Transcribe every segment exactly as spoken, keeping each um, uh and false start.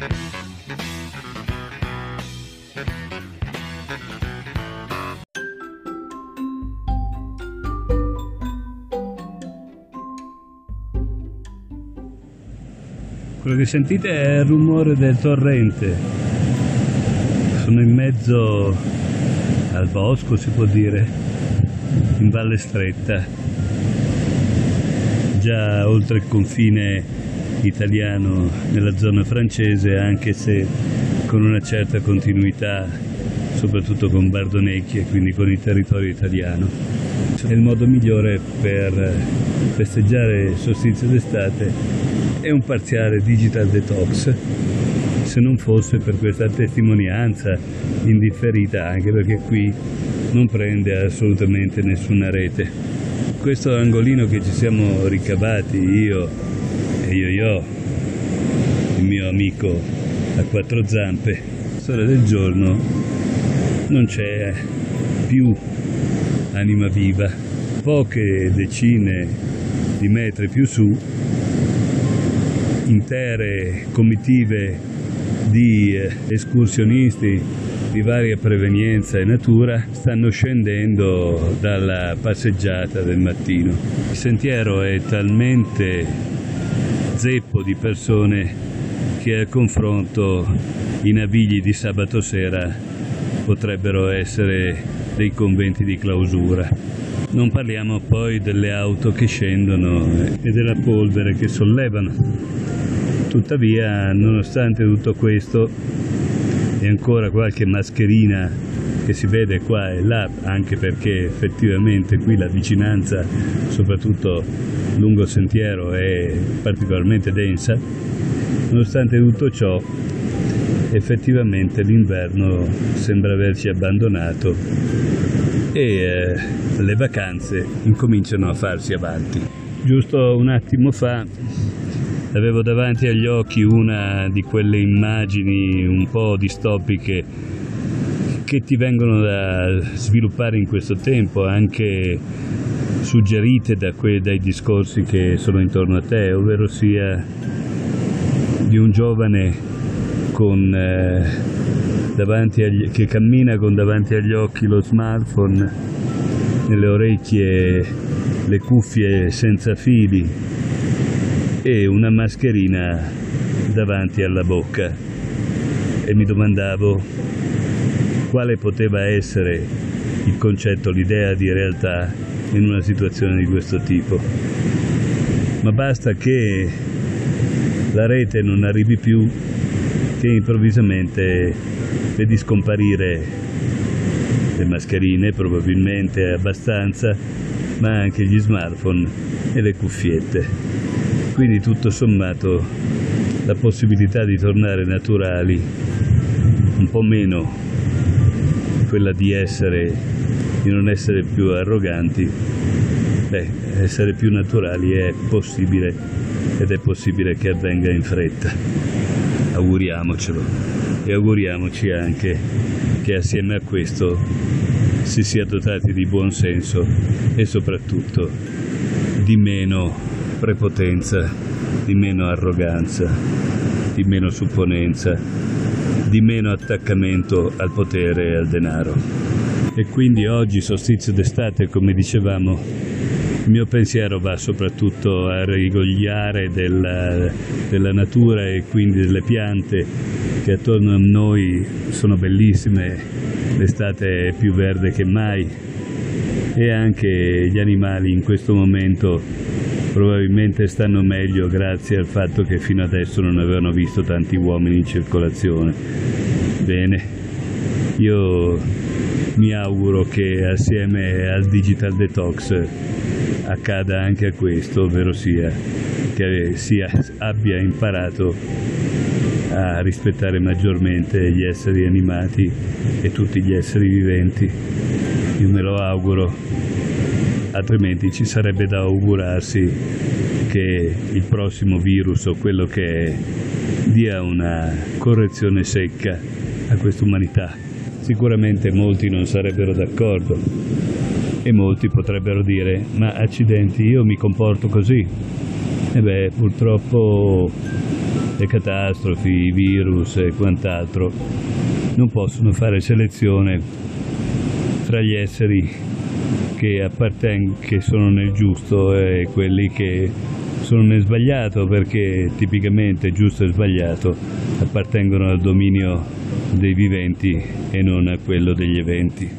Quello che sentite è il rumore del torrente. Sono in mezzo al bosco, si può dire, in Valle Stretta, già oltre il confine italiano nella zona francese, anche se con una certa continuità, soprattutto con Bardonecchia, quindi con il territorio italiano. È il modo migliore per festeggiare il solstizio d'estate è un parziale digital detox, se non fosse per questa testimonianza indifferita, anche perché qui non prende assolutamente nessuna rete. Questo angolino che ci siamo ricavati io e Yo-Yo, il mio amico a quattro zampe, sole del giorno, non c'è più anima viva. Poche decine di metri più su, intere comitive di escursionisti di varia provenienza e natura stanno scendendo dalla passeggiata del mattino. Il sentiero è talmente zeppo di persone che a confronto i navigli di sabato sera potrebbero essere dei conventi di clausura. Non parliamo poi delle auto che scendono e della polvere che sollevano. Tuttavia, nonostante tutto questo, e ancora qualche mascherina che si vede qua e là, anche perché effettivamente qui la vicinanza, soprattutto lungo il sentiero, è particolarmente densa, nonostante tutto ciò, effettivamente l'inverno sembra averci abbandonato e eh, le vacanze incominciano a farsi avanti. Giusto un attimo fa avevo davanti agli occhi una di quelle immagini un po' distopiche che ti vengono da sviluppare in questo tempo, anche suggerite da que- dai discorsi che sono intorno a te, ovvero sia di un giovane con, eh, davanti agli, che cammina con davanti agli occhi lo smartphone, nelle orecchie le cuffie senza fili e una mascherina davanti alla bocca, e mi domandavo quale poteva essere il concetto, l'idea di realtà in una situazione di questo tipo. Ma basta che la rete non arrivi più che improvvisamente vedi scomparire le mascherine, probabilmente abbastanza, ma anche gli smartphone e le cuffiette. Quindi tutto sommato la possibilità di tornare naturali, un po' meno quella di essere, di non essere più arroganti, beh, essere più naturali è possibile, ed è possibile che avvenga in fretta. Auguriamocelo e auguriamoci anche che assieme a questo si sia dotati di buon senso e soprattutto di meno prepotenza, di meno arroganza, di meno supponenza, di meno attaccamento al potere e al denaro. E quindi oggi, solstizio d'estate, come dicevamo, il mio pensiero va soprattutto a rigogliare della, della natura e quindi delle piante che attorno a noi sono bellissime, l'estate è più verde che mai, e anche gli animali in questo momento probabilmente stanno meglio grazie al fatto che fino adesso non avevano visto tanti uomini in circolazione. Bene, io mi auguro che assieme al digital detox accada anche a questo, ovvero sia che sia, abbia imparato a rispettare maggiormente gli esseri animati e tutti gli esseri viventi. Io me lo auguro, altrimenti ci sarebbe da augurarsi che il prossimo virus o quello che è dia una correzione secca a quest'umanità. Sicuramente molti non sarebbero d'accordo e molti potrebbero dire: ma accidenti, io mi comporto così. E beh, purtroppo le catastrofi, i virus e quant'altro non possono fare selezione tra gli esseri che appartengono, che sono nel giusto, e quelli che sono nel sbagliato, perché tipicamente giusto e sbagliato appartengono al dominio dei viventi e non a quello degli eventi.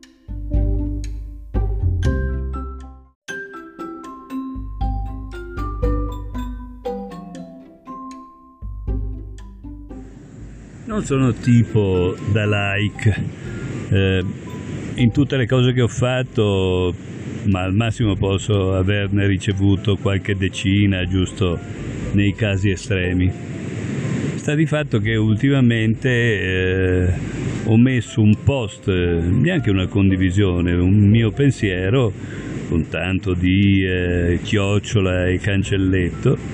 Non sono tipo da like, eh, in tutte le cose che ho fatto, ma al massimo posso averne ricevuto qualche decina, giusto nei casi estremi. Sta di fatto che ultimamente eh, ho messo un post, neanche una condivisione, un mio pensiero con tanto di eh, chiocciola e cancelletto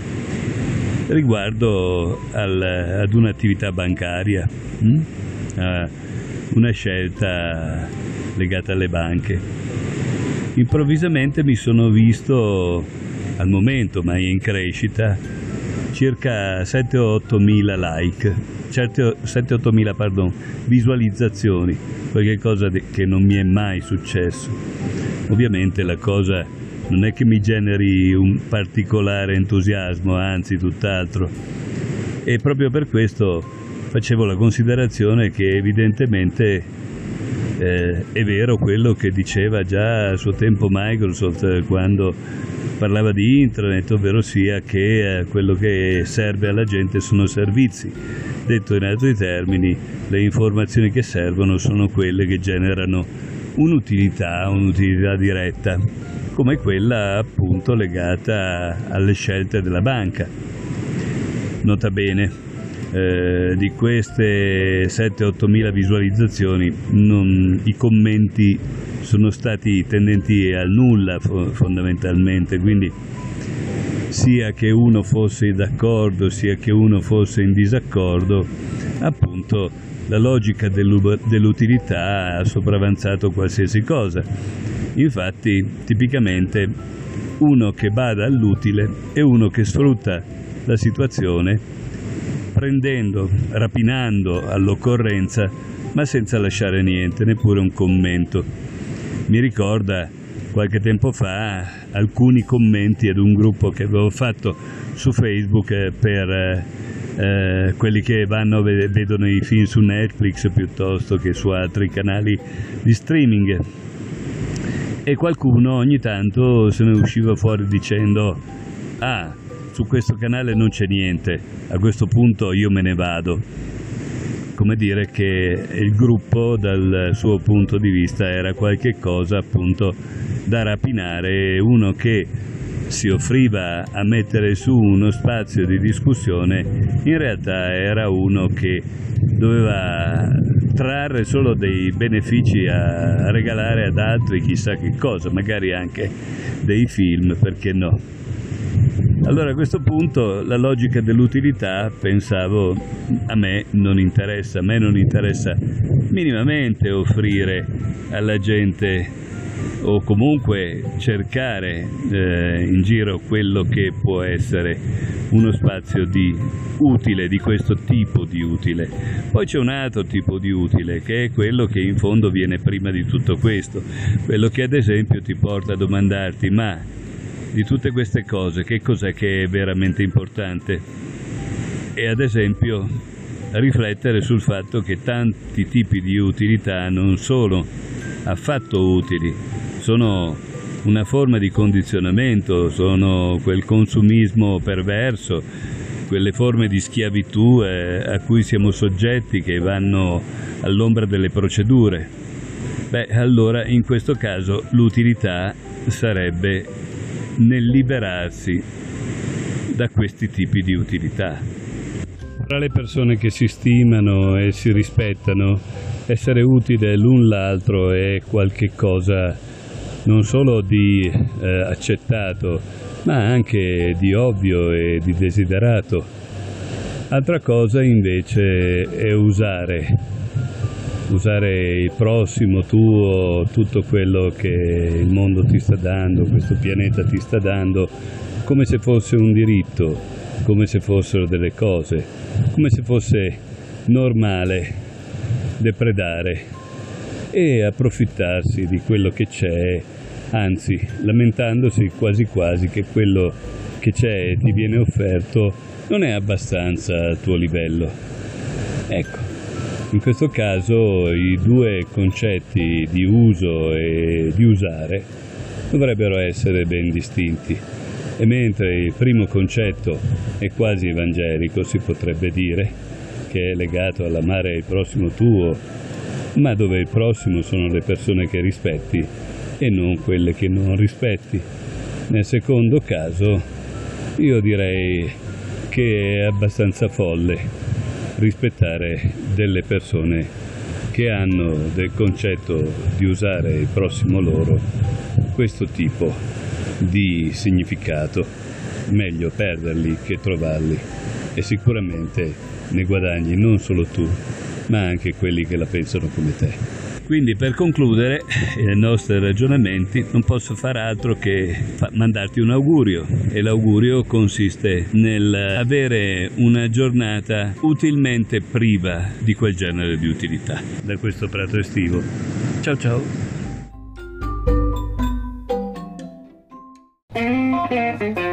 riguardo al, ad un'attività bancaria, hm? a una scelta legata alle banche. Improvvisamente mi sono visto, al momento, ma in crescita, circa sette otto mila like, sette otto mila pardon, visualizzazioni, qualcosa che non mi è mai successo. Ovviamente la cosa non è che mi generi un particolare entusiasmo, anzi tutt'altro, e proprio per questo facevo la considerazione che evidentemente eh, è vero quello che diceva già a suo tempo Microsoft quando parlava di intranet, ovvero sia che eh, quello che serve alla gente sono servizi. Detto in altri termini, le informazioni che servono sono quelle che generano un'utilità, un'utilità diretta, come quella appunto legata alle scelte della banca. Nota bene, eh, di queste sette otto mila visualizzazioni non, i commenti sono stati tendenti al nulla fondamentalmente, quindi sia che uno fosse d'accordo sia che uno fosse in disaccordo, appunto la logica dell'utilità ha sopravanzato qualsiasi cosa. Infatti, tipicamente, uno che bada all'utile è uno che sfrutta la situazione prendendo, rapinando all'occorrenza, ma senza lasciare niente, neppure un commento. Mi ricorda qualche tempo fa alcuni commenti ad un gruppo che avevo fatto su Facebook per eh, quelli che vanno vedono i film su Netflix piuttosto che su altri canali di streaming. E qualcuno ogni tanto se ne usciva fuori dicendo: ah, su questo canale non c'è niente, a questo punto io me ne vado. Come dire che il gruppo dal suo punto di vista era qualche cosa appunto da rapinare, uno che si offriva a mettere su uno spazio di discussione in realtà era uno che doveva trarre solo dei benefici a regalare ad altri chissà che cosa, magari anche dei film, perché no? Allora a questo punto la logica dell'utilità, pensavo, a me non interessa, a me non interessa minimamente offrire alla gente o comunque cercare eh, in giro quello che può essere uno spazio di utile, di questo tipo di utile. Poi c'è un altro tipo di utile che è quello che in fondo viene prima di tutto questo, quello che ad esempio ti porta a domandarti: ma di tutte queste cose che cos'è che è veramente importante? E ad esempio riflettere sul fatto che tanti tipi di utilità non sono affatto utili, sono una forma di condizionamento, sono quel consumismo perverso, quelle forme di schiavitù eh, a cui siamo soggetti, che vanno all'ombra delle procedure. Beh, allora in questo caso l'utilità sarebbe nel liberarsi da questi tipi di utilità. Tra le persone che si stimano e si rispettano, essere utile l'un l'altro è qualche cosa non solo di eh, accettato, ma anche di ovvio e di desiderato. Altra cosa invece è usare, usare il prossimo tuo, tutto quello che il mondo ti sta dando, questo pianeta ti sta dando, come se fosse un diritto, come se fossero delle cose, come se fosse normale depredare e approfittarsi di quello che c'è, anzi lamentandosi quasi quasi che quello che c'è e ti viene offerto non è abbastanza al tuo livello. Ecco, in questo caso i due concetti di uso e di usare dovrebbero essere ben distinti, e mentre il primo concetto è quasi evangelico, si potrebbe dire, che è legato all'amare il prossimo tuo, ma dove il prossimo sono le persone che rispetti e non quelle che non rispetti. Nel secondo caso io direi che è abbastanza folle rispettare delle persone che hanno del concetto di usare il prossimo loro questo tipo di significato. Meglio perderli che trovarli, e sicuramente ne guadagni non solo tu, ma anche quelli che la pensano come te. Quindi, per concludere i nostri ragionamenti, non posso far altro che fa- mandarti un augurio, e l'augurio consiste nell'avere una giornata utilmente priva di quel genere di utilità. Da questo prato estivo, ciao ciao!